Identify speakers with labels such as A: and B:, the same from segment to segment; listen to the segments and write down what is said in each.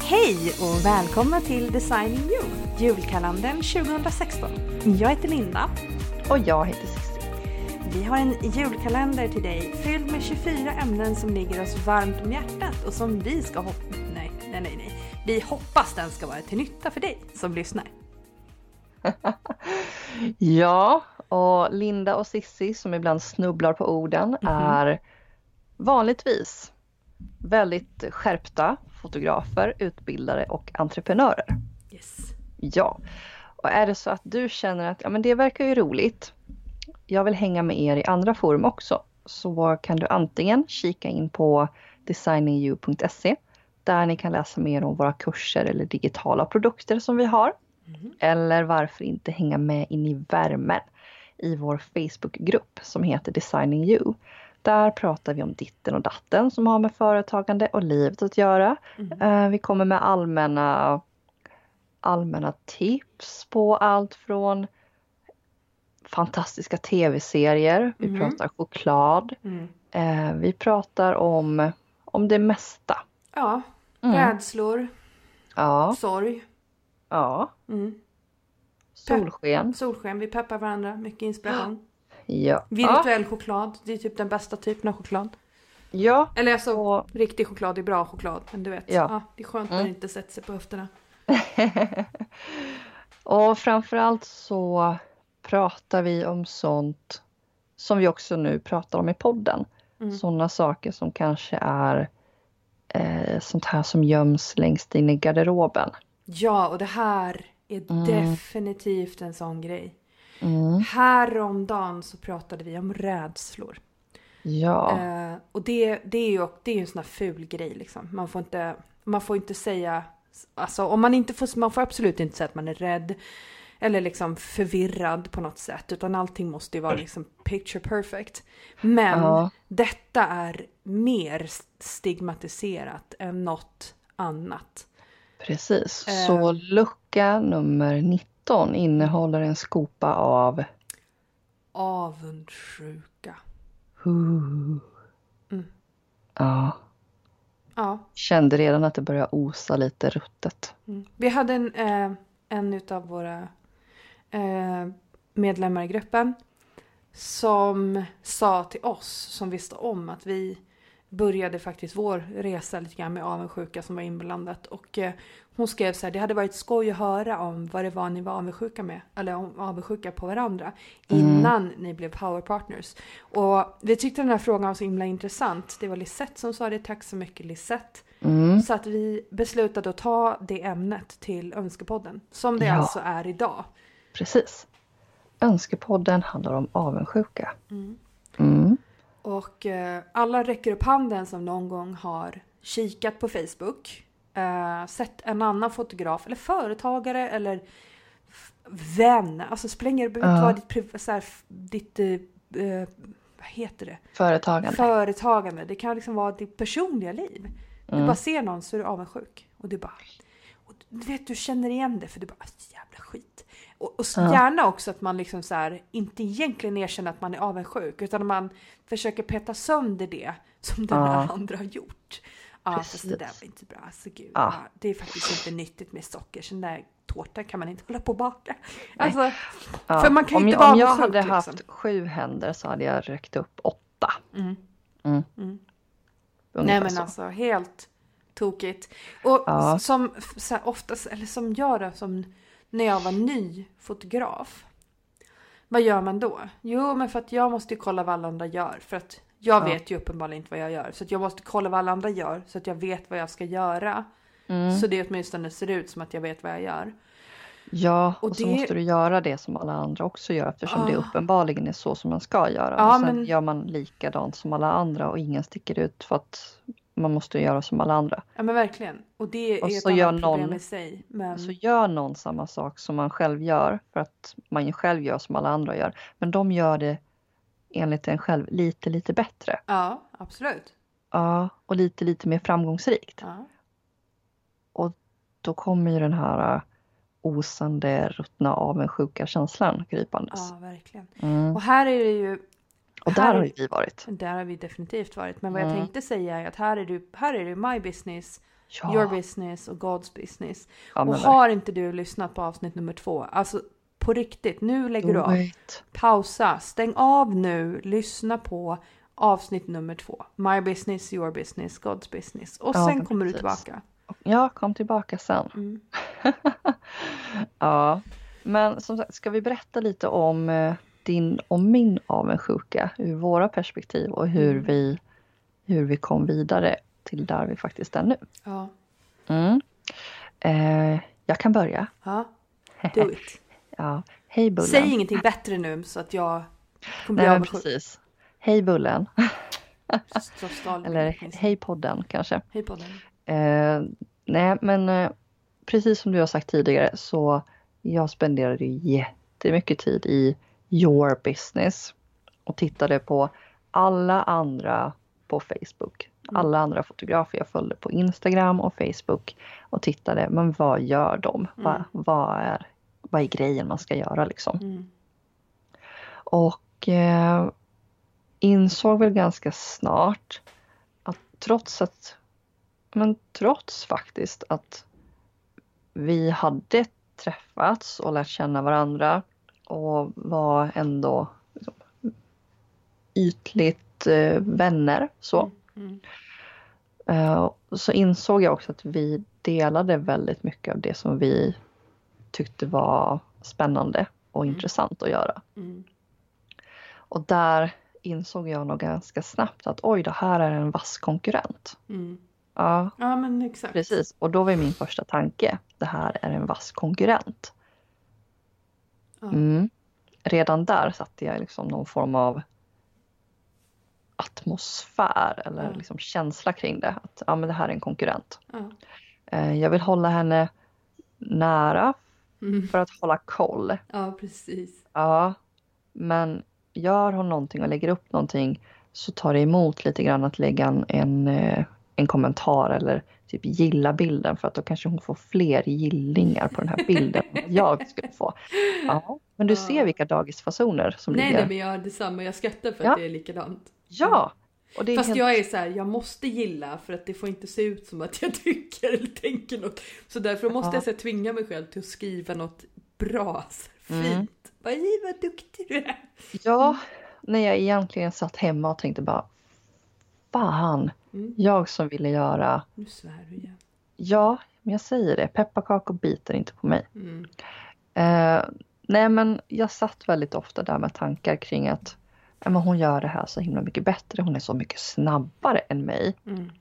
A: Hej och välkomna till Designing You, julkalendern 2016. Jag heter Linda.
B: Och jag heter Cissi.
A: Vi har en julkalender till dig fylld med 24 ämnen som ligger oss varmt om hjärtat och som vi ska Vi hoppas den ska vara till nytta för dig som lyssnar.
B: Ja, och Linda och Cissi som ibland snubblar på orden är vanligtvis väldigt skärpta fotografer, utbildare och entreprenörer.
A: Yes.
B: Ja, och är det så att du känner att men det verkar ju roligt, jag vill hänga med er i andra forum också, så kan du antingen kika in på designingyou.se där ni kan läsa mer om våra kurser eller digitala produkter som vi har. Eller varför inte hänga med in i värmen i vår Facebookgrupp som heter Designing You. Där pratar vi om ditten och datten som har med företagande och livet att göra. Vi kommer med allmänna tips på allt från fantastiska tv-serier. Vi pratar choklad. Vi pratar om det mesta.
A: Ja, rädslor.
B: Ja.
A: Sorg.
B: Ja. Solsken.
A: Vi peppar varandra. Mycket inspiration.
B: Ja.
A: Virtuell choklad. Det är typ den bästa typen av choklad.
B: Ja.
A: Eller alltså, riktig choklad är bra choklad. Men du vet, ja, det är skönt när det inte sätter sig på höfterna.
B: Och framförallt så pratar vi om sånt som vi också nu pratar om i podden. Sådana saker som kanske är sånt här som göms längst in i garderoben.
A: Ja, och det här är definitivt en sån grej. Häromdagen så pratade vi om rädslor.
B: Ja.
A: Och det är ju en sån här ful grej liksom. Man får inte säga, alltså om man får absolut inte säga att man är rädd eller liksom förvirrad på något sätt, utan allting måste ju vara liksom picture perfect. Men detta är mer stigmatiserat än något annat.
B: Precis. Så lucka nummer 19 innehåller en skopa av
A: avundsjuka.
B: Ja. Kände redan att det började osa lite ruttet.
A: Vi hade en utav våra medlemmar i gruppen som sa till oss som visste om att vi började faktiskt vår resa lite grann med avundsjuka som var inblandat. Och hon skrev så här: det hade varit skoj att höra om vad det var ni var avundsjuka med. Eller avundsjuka på varandra. Innan ni blev power partners. Och vi tyckte den här frågan var så himla intressant. Det var Lisette som sa det. Tack så mycket Lisette. Så att vi beslutade att ta det ämnet till Önskepodden. Som det alltså är idag.
B: Precis. Önskepodden handlar om avundsjuka.
A: Och alla räcker upp handen som någon gång har kikat på Facebook. Sett en annan fotograf eller företagare eller vän. Alltså spränger det vara ditt vad heter det? Företagande. Det kan liksom vara ditt personliga liv. Du bara ser någon så är du avundsjuk. Och du bara... Och du vet, du känner igen det för du bara... Jävla skit. Och så gärna också att man liksom så här, inte egentligen erkänner att man är avundsjuk. Utan man försöker peta sönder det som den här andra har gjort. Fast det där var inte bra. Alltså, gud, det är faktiskt inte nyttigt med socker. Så den där tårta kan man inte hålla på och baka. Alltså, för man kan inte vara
B: om jag
A: avundsjuk,
B: hade
A: liksom
B: haft 7 händer så hade jag räckt upp 8.
A: Nej men alltså helt tokigt. Och som så här, oftast, eller som jag då, som när jag var ny fotograf. Vad gör man då? Jo, men för att jag måste kolla vad alla andra gör. För att jag vet ju uppenbarligen inte vad jag gör. Så att jag måste kolla vad alla andra gör. Så att jag vet vad jag ska göra. Så det åtminstone ser ut som att jag vet vad jag gör.
B: Ja, och så måste du göra det som alla andra också gör. Eftersom det uppenbarligen är så som man ska göra. Och sen gör man likadant som alla andra. Och ingen sticker ut för att man måste göra som alla andra.
A: Ja men verkligen. Och det är
B: så
A: ett annat problem i sig. Men...
B: Så gör någon samma sak som man själv gör. För att man ju själv gör som alla andra gör. Men de gör det enligt en själv lite bättre.
A: Ja, absolut.
B: Ja, och lite mer framgångsrikt.
A: Ja.
B: Och då kommer ju den här osande, ruttna, avundsjuka känslan gripandes.
A: Ja, verkligen. Och här är det ju
B: Och där har ju vi varit.
A: Där har vi definitivt varit. Men vad jag tänkte säga är att här är det my business, your business och God's business. Ja, och har inte du lyssnat på avsnitt nummer 2, alltså på riktigt, nu lägger du av. Pausa, stäng av nu, lyssna på avsnitt nummer 2. My business, your business, God's business. Och sen kommer du tillbaka.
B: Ja, kom tillbaka sen. Ja, men som sagt, ska vi berätta lite om din och min avundsjuka ur våra perspektiv och hur vi kom vidare till där vi faktiskt är nu.
A: Ja.
B: Jag kan börja.
A: Ja, do it.
B: Ja, hej Bullen.
A: Säg ingenting bättre nu så att jag kommer bli avundsjuk.
B: Precis. Hej Bullen. Eller hej podden kanske.
A: Hej podden.
B: Nej, men precis som du har sagt tidigare så jag spenderade jättemycket tid i your business och tittade på alla andra på Facebook. Alla andra fotografer jag följde på Instagram och Facebook och tittade, men vad gör de? Vad är grejen man ska göra liksom? Och insåg väl ganska snart att trots faktiskt att vi hade träffats och lärt känna varandra och var ändå liksom, ytligt vänner så. Så insåg jag också att vi delade väldigt mycket av det som vi tyckte var spännande och intressant att göra. Och där insåg jag nog ganska snabbt att oj, det här är en vass konkurrent.
A: Ja, men exakt.
B: Precis, och då var min första tanke, det här är en vass konkurrent. Redan där satte jag liksom någon form av atmosfär eller liksom känsla kring det. Att men det här är en konkurrent. Jag vill hålla henne nära för att hålla koll.
A: Ja, precis.
B: Ja, men gör hon någonting och lägger upp någonting så tar det emot lite grann att lägga en kommentar eller typ gilla bilden, för att då kanske hon får fler gillningar på den här bilden än jag skulle få. Ja, men du ser vilka dagisfasoner som ligger.
A: Nej, men jag har detsamma. Jag skrattar för att det är likadant.
B: Ja. Och det är
A: fast jag är så här, jag måste gilla för att det får inte se ut som att jag tycker eller tänker något. Så därför måste jag så här, tvinga mig själv till att skriva något bra, fint. Vad duktig du är.
B: Ja, när jag egentligen satt hemma och tänkte bara, fan, jag som ville göra...
A: Nu svär du igen.
B: Ja, men jag säger det. Pepparkakor biter inte på mig. Nej, men jag satt väldigt ofta där med tankar kring att men hon gör det här så himla mycket bättre. Hon är så mycket snabbare än mig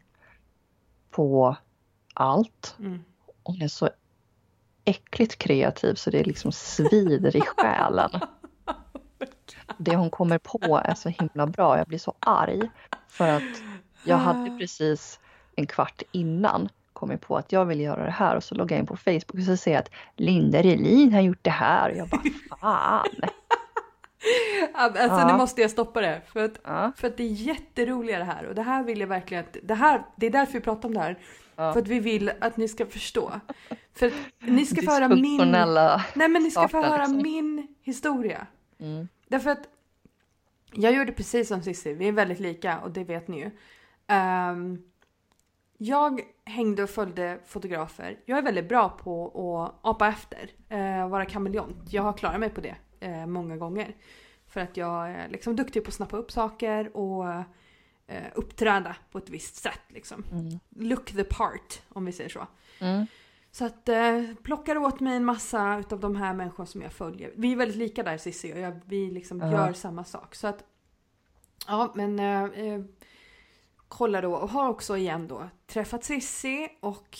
B: på allt. Hon är så äckligt kreativ så det är liksom svider i själen. Det hon kommer på är så himla bra. Jag blir så arg för att jag hade precis en kvart innan kommit på att jag vill göra det här, och så loggar jag in på Facebook och så ser jag att Linda Relin har gjort det här och jag bara fan.
A: Alltså nu måste jag stoppa det för att det är jätteroligt det här, och det här vill jag verkligen att det är därför vi pratar om det här. För att vi vill att ni ska förstå. För att ni ska få höra min historia. Därför att jag gjorde precis som Cissi. Vi är väldigt lika och det vet ni ju. Jag hängde och följde fotografer. Jag är väldigt bra på att apa efter. Vara kameleont. Jag har klarat mig på det många gånger. För att jag är liksom duktig på att snappa upp saker och uppträda på ett visst sätt. Liksom. Look the part, om vi säger så. Så att plockar åt mig en massa utav de här människorna som jag följer. Vi är väldigt lika där, Cissi, och vi liksom gör samma sak. Så att, ja, men kolla då, och har också igen då träffat Cissi och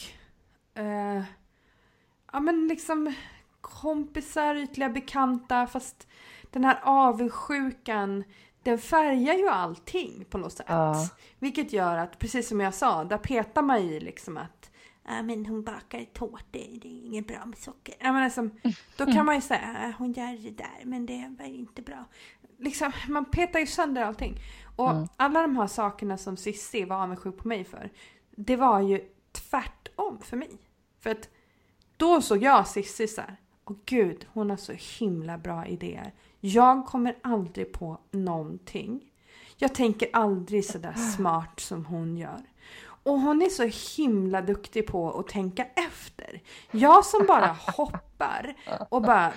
A: ja men liksom kompisar, ytliga bekanta, fast den här avundsjukan, den färgar ju allting på något sätt. Vilket gör att, precis som jag sa, där petar man i liksom att men hon bakar tårta, det är inget bra med socker. Men liksom, då kan man ju säga hon gör det där, men det var inte bra. Liksom, man petar ju sönder allting. Och alla de här sakerna som Cissi var avundsjuk på mig för, det var ju tvärtom för mig. För att då såg jag Cissi så här, åh gud, hon har så himla bra idéer. Jag kommer aldrig på någonting. Jag tänker aldrig så där smart som hon gör. Och hon är så himla duktig på att tänka efter. Jag som bara hoppar och bara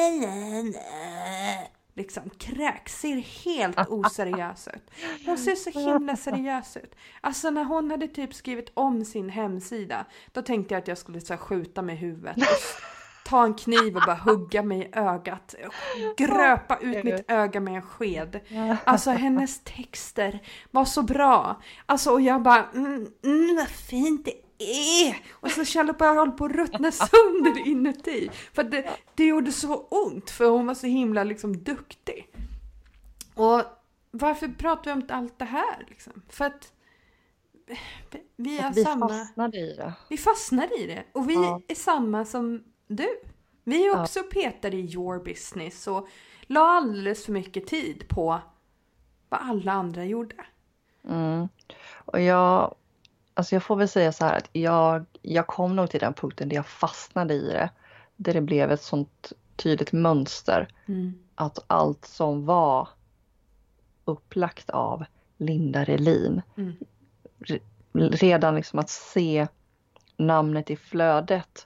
A: liksom kräks, ser helt oseriös ut. Hon ser så himla seriös ut. Alltså när hon hade typ skrivit om sin hemsida, då tänkte jag att jag skulle så här, skjuta mig i huvudet och ta en kniv och bara hugga mig i ögat. Gröpa ut mitt öga med en sked. Alltså hennes texter var så bra. Alltså och jag bara, vad fint det är. Och så kände jag hålla på att ruttna sönder inuti. För det gjorde så ont, för hon var så himla liksom duktig. Och varför pratar vi om allt det här liksom? För att vi har samma...
B: fastnade i det.
A: Vi fastnade i det. Och vi är samma som du. Vi är också petade i your business och la alldeles för mycket tid på vad alla andra gjorde.
B: Och jag får väl säga så här att jag kom nog till den punkten där jag fastnade i det. Där det blev ett sånt tydligt mönster. Att allt som var upplagt av Linda Relin. Redan liksom att se namnet i flödet.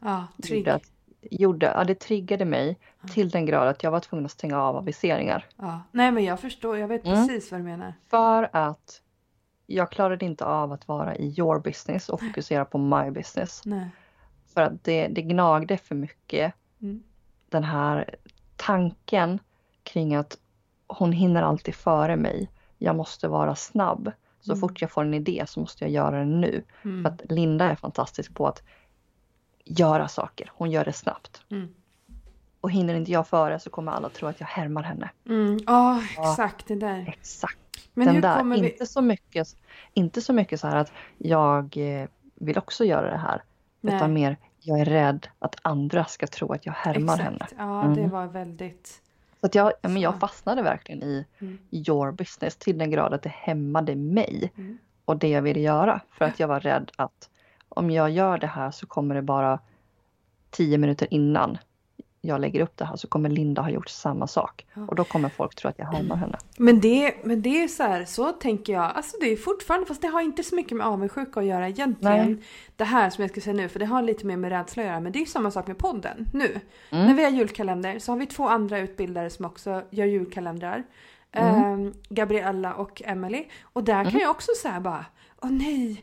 B: Det triggade mig till den grad att jag var tvungen att stänga av aviseringar.
A: Nej men jag förstår, jag vet precis vad du menar.
B: För att jag klarade inte av att vara i your business och fokusera på my business.
A: Nej.
B: För att det gnagde för mycket. Den här tanken kring att hon hinner alltid före mig. Jag måste vara snabb. Så fort jag får en idé så måste jag göra den nu. För att Linda är fantastisk på att göra saker. Hon gör det snabbt. Och hinner inte jag före så kommer alla tro att jag härmar henne.
A: Exakt det där.
B: Exakt.
A: Men hur
B: där,
A: kommer vi...
B: inte så mycket så här att jag vill också göra det här. Nej. Utan mer, jag är rädd att andra ska tro att jag härmar henne.
A: Ja, det var väldigt...
B: Så att jag fastnade verkligen i your business till den grad att det hämmade mig. Och det jag ville göra. För att jag var rädd att om jag gör det här så kommer det bara 10 minuter innan jag lägger upp det här så kommer Linda ha gjort samma sak. Och då kommer folk tro att jag härmar henne.
A: Men det är så här, så tänker jag. Alltså det är fortfarande, fast det har inte så mycket med avundsjuka att göra egentligen. Nej. Det här som jag ska säga nu, för det har lite mer med rädsla att göra. Men det är samma sak med podden nu. När vi har julkalender så har vi 2 andra utbildare som också gör julkalendrar. Gabriella och Emily. Och där kan jag också säga bara, åh nej.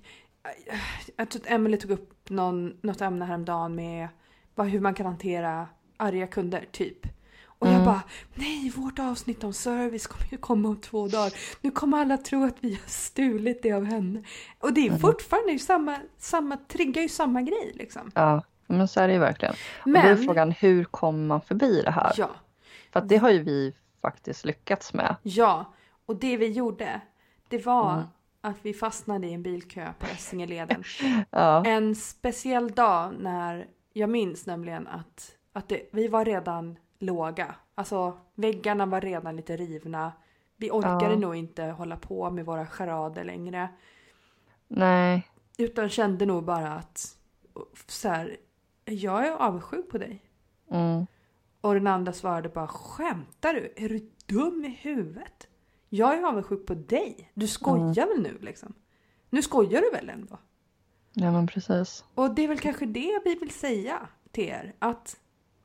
A: Jag tror att Emily tog upp något ämne häromdagen med hur man kan hantera arga kunder, typ. Och jag bara, nej, vårt avsnitt om service kommer ju komma om 2 dagar. Nu kommer alla tro att vi har stulit det av henne. Och det är fortfarande ju samma triggar ju samma grej, liksom.
B: Ja, men så är det ju verkligen. Men, och då är frågan, hur kommer man förbi det här?
A: Ja.
B: För att det har ju vi faktiskt lyckats med.
A: Ja, och det vi gjorde, det var att vi fastnade i en bilkö på Essingeleden. En speciell dag när jag minns nämligen att vi var redan låga. Alltså väggarna var redan lite rivna. Vi orkade nog inte hålla på med våra charader längre.
B: Nej.
A: Utan kände nog bara att så här, jag är avundsjuk på dig. Och den andra svarade bara, skämtar du? Är du dum i huvudet? Jag är avundsjuk på dig. Du skojar väl nu liksom? Nu skojar du väl ändå?
B: Ja, men precis.
A: Och det är väl kanske det vi vill säga till er. Att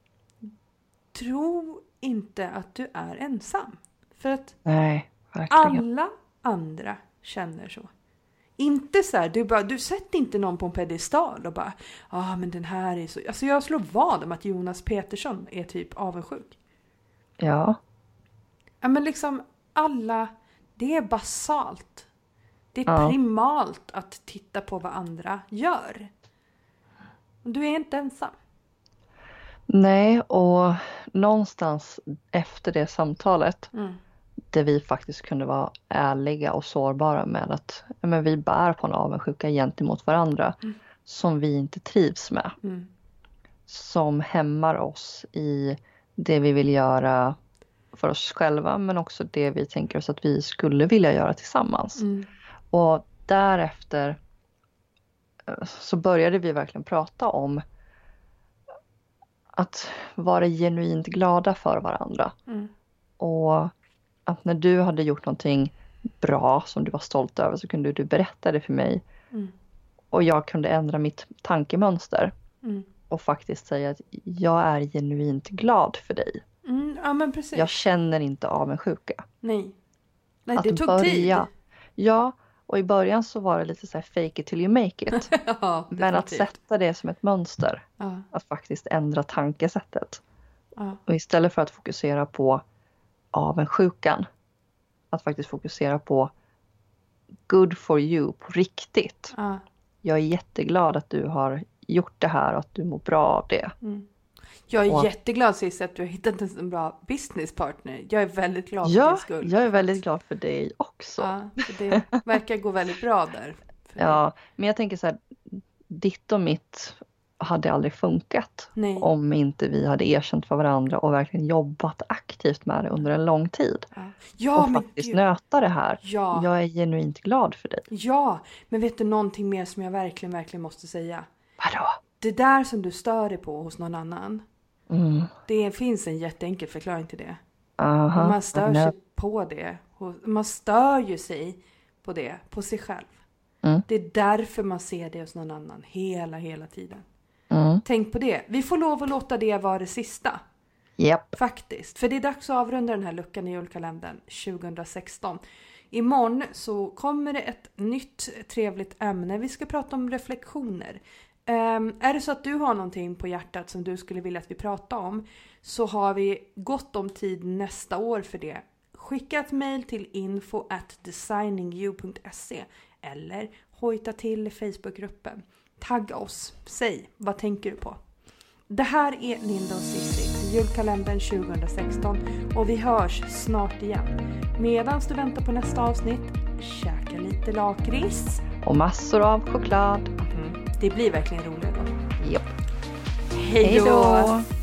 A: tro inte att du är ensam. För att alla andra känner så. Inte så här, du sätter inte någon på en pedestal och bara, men den här är så... Alltså jag slår vad om att Jonas Petersson är typ avundsjuk.
B: Ja.
A: Ja, men liksom alla, det är basalt. Det är primalt att titta på vad andra gör. Du är inte ensam.
B: Nej, och någonstans efter det samtalet där vi faktiskt kunde vara ärliga och sårbara med att vi bär på en avundsjuka gentemot varandra som vi inte trivs med. Som hämmar oss i det vi vill göra för oss själva, men också det vi tänker oss att vi skulle vilja göra tillsammans. Och därefter så började vi verkligen prata om att vara genuint glada för varandra. Och att när du hade gjort någonting bra som du var stolt över så kunde du berätta det för mig. Och jag kunde ändra mitt tankemönster. Och faktiskt säga att jag är genuint glad för dig.
A: Ja, men precis.
B: Jag känner inte avundsjuka.
A: Nej,
B: att
A: det tog tid.
B: Ja, och i början så var det lite så här fake it till you make it.
A: Ja,
B: men att sätta det som ett mönster.
A: Ja.
B: Att faktiskt ändra tankesättet.
A: Ja.
B: Och istället för att fokusera på avundsjukan. Att faktiskt fokusera på good for you på riktigt.
A: Ja.
B: Jag är jätteglad att du har gjort det här och att du mår bra av det.
A: Jag är jätteglad Cissi att du har hittat en bra businesspartner. Jag är väldigt glad för din skull.
B: Jag är väldigt glad för dig också.
A: Ja, för det verkar gå väldigt bra där.
B: Ja, men jag tänker så här, ditt och mitt hade aldrig funkat.
A: Nej.
B: Om inte vi hade erkänt för varandra och verkligen jobbat aktivt med det under en lång tid.
A: Ja,
B: och faktiskt nöta det här.
A: Ja.
B: Jag är genuint glad för dig.
A: Ja, men vet du någonting mer som jag verkligen måste säga?
B: Vadå?
A: Det där som du stör dig på hos någon annan. Det finns en jätteenkel förklaring till det. Man stör sig på det. Man stör ju sig på det, på sig själv. Det är därför man ser det hos någon annan hela tiden. Tänk på det. Vi får lov att låta det vara det sista.
B: Japp.
A: Faktiskt. För det är dags att avrunda den här luckan i julkalendern 2016. Imorgon så kommer det ett nytt trevligt ämne. Vi ska prata om reflektioner. Är det så att du har någonting på hjärtat som du skulle vilja att vi pratar om, så har vi gott om tid nästa år för det. Skicka ett mejl till info@designingyou.se eller hojta till Facebookgruppen. Tagga oss. Säg, vad tänker du på? Det här är Linda och Cissi, julkalendern 2016, och vi hörs snart igen. Medan du väntar på nästa avsnitt, käka lite lakrits.
B: Och massor av choklad.
A: Det blir verkligen roligt då.
B: Japp.
A: Hej då!